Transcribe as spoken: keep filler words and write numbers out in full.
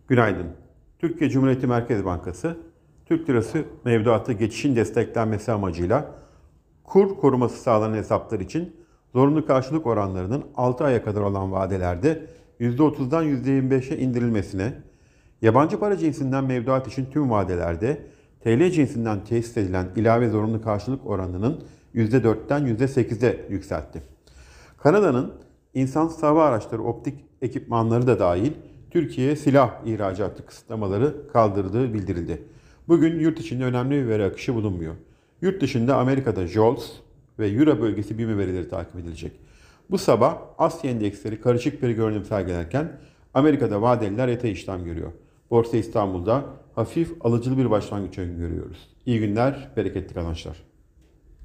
Günaydın. Türkiye Cumhuriyeti Merkez Bankası, Türk lirası mevduatı geçişin desteklenmesi amacıyla kur koruması sağlanan hesaplar için zorunlu karşılık oranlarının altı aya kadar olan vadelerde yüzde otuzdan yüzde yirmi beşe indirilmesine, yabancı para cinsinden mevduat için tüm vadelerde T L cinsinden tesis edilen ilave zorunlu karşılık oranının yüzde dörtten yüzde sekize yükseltti. Kanada'nın insansız hava araçları optik ekipmanları da dahil Türkiye'ye silah ihracatı kısıtlamaları kaldırdığı bildirildi. Bugün yurt içinde önemli bir veri akışı bulunmuyor. Yurt dışında Amerika'da JOLTS ve Euro bölgesi büyüme verileri takip edilecek. Bu sabah Asya endeksleri karışık bir görünüm sergilerken Amerika'da vadeliler yatay işlem görüyor. Borsa İstanbul'da hafif alıcılı bir başlangıç öngörüyoruz. İyi günler, bereketli kazançlar.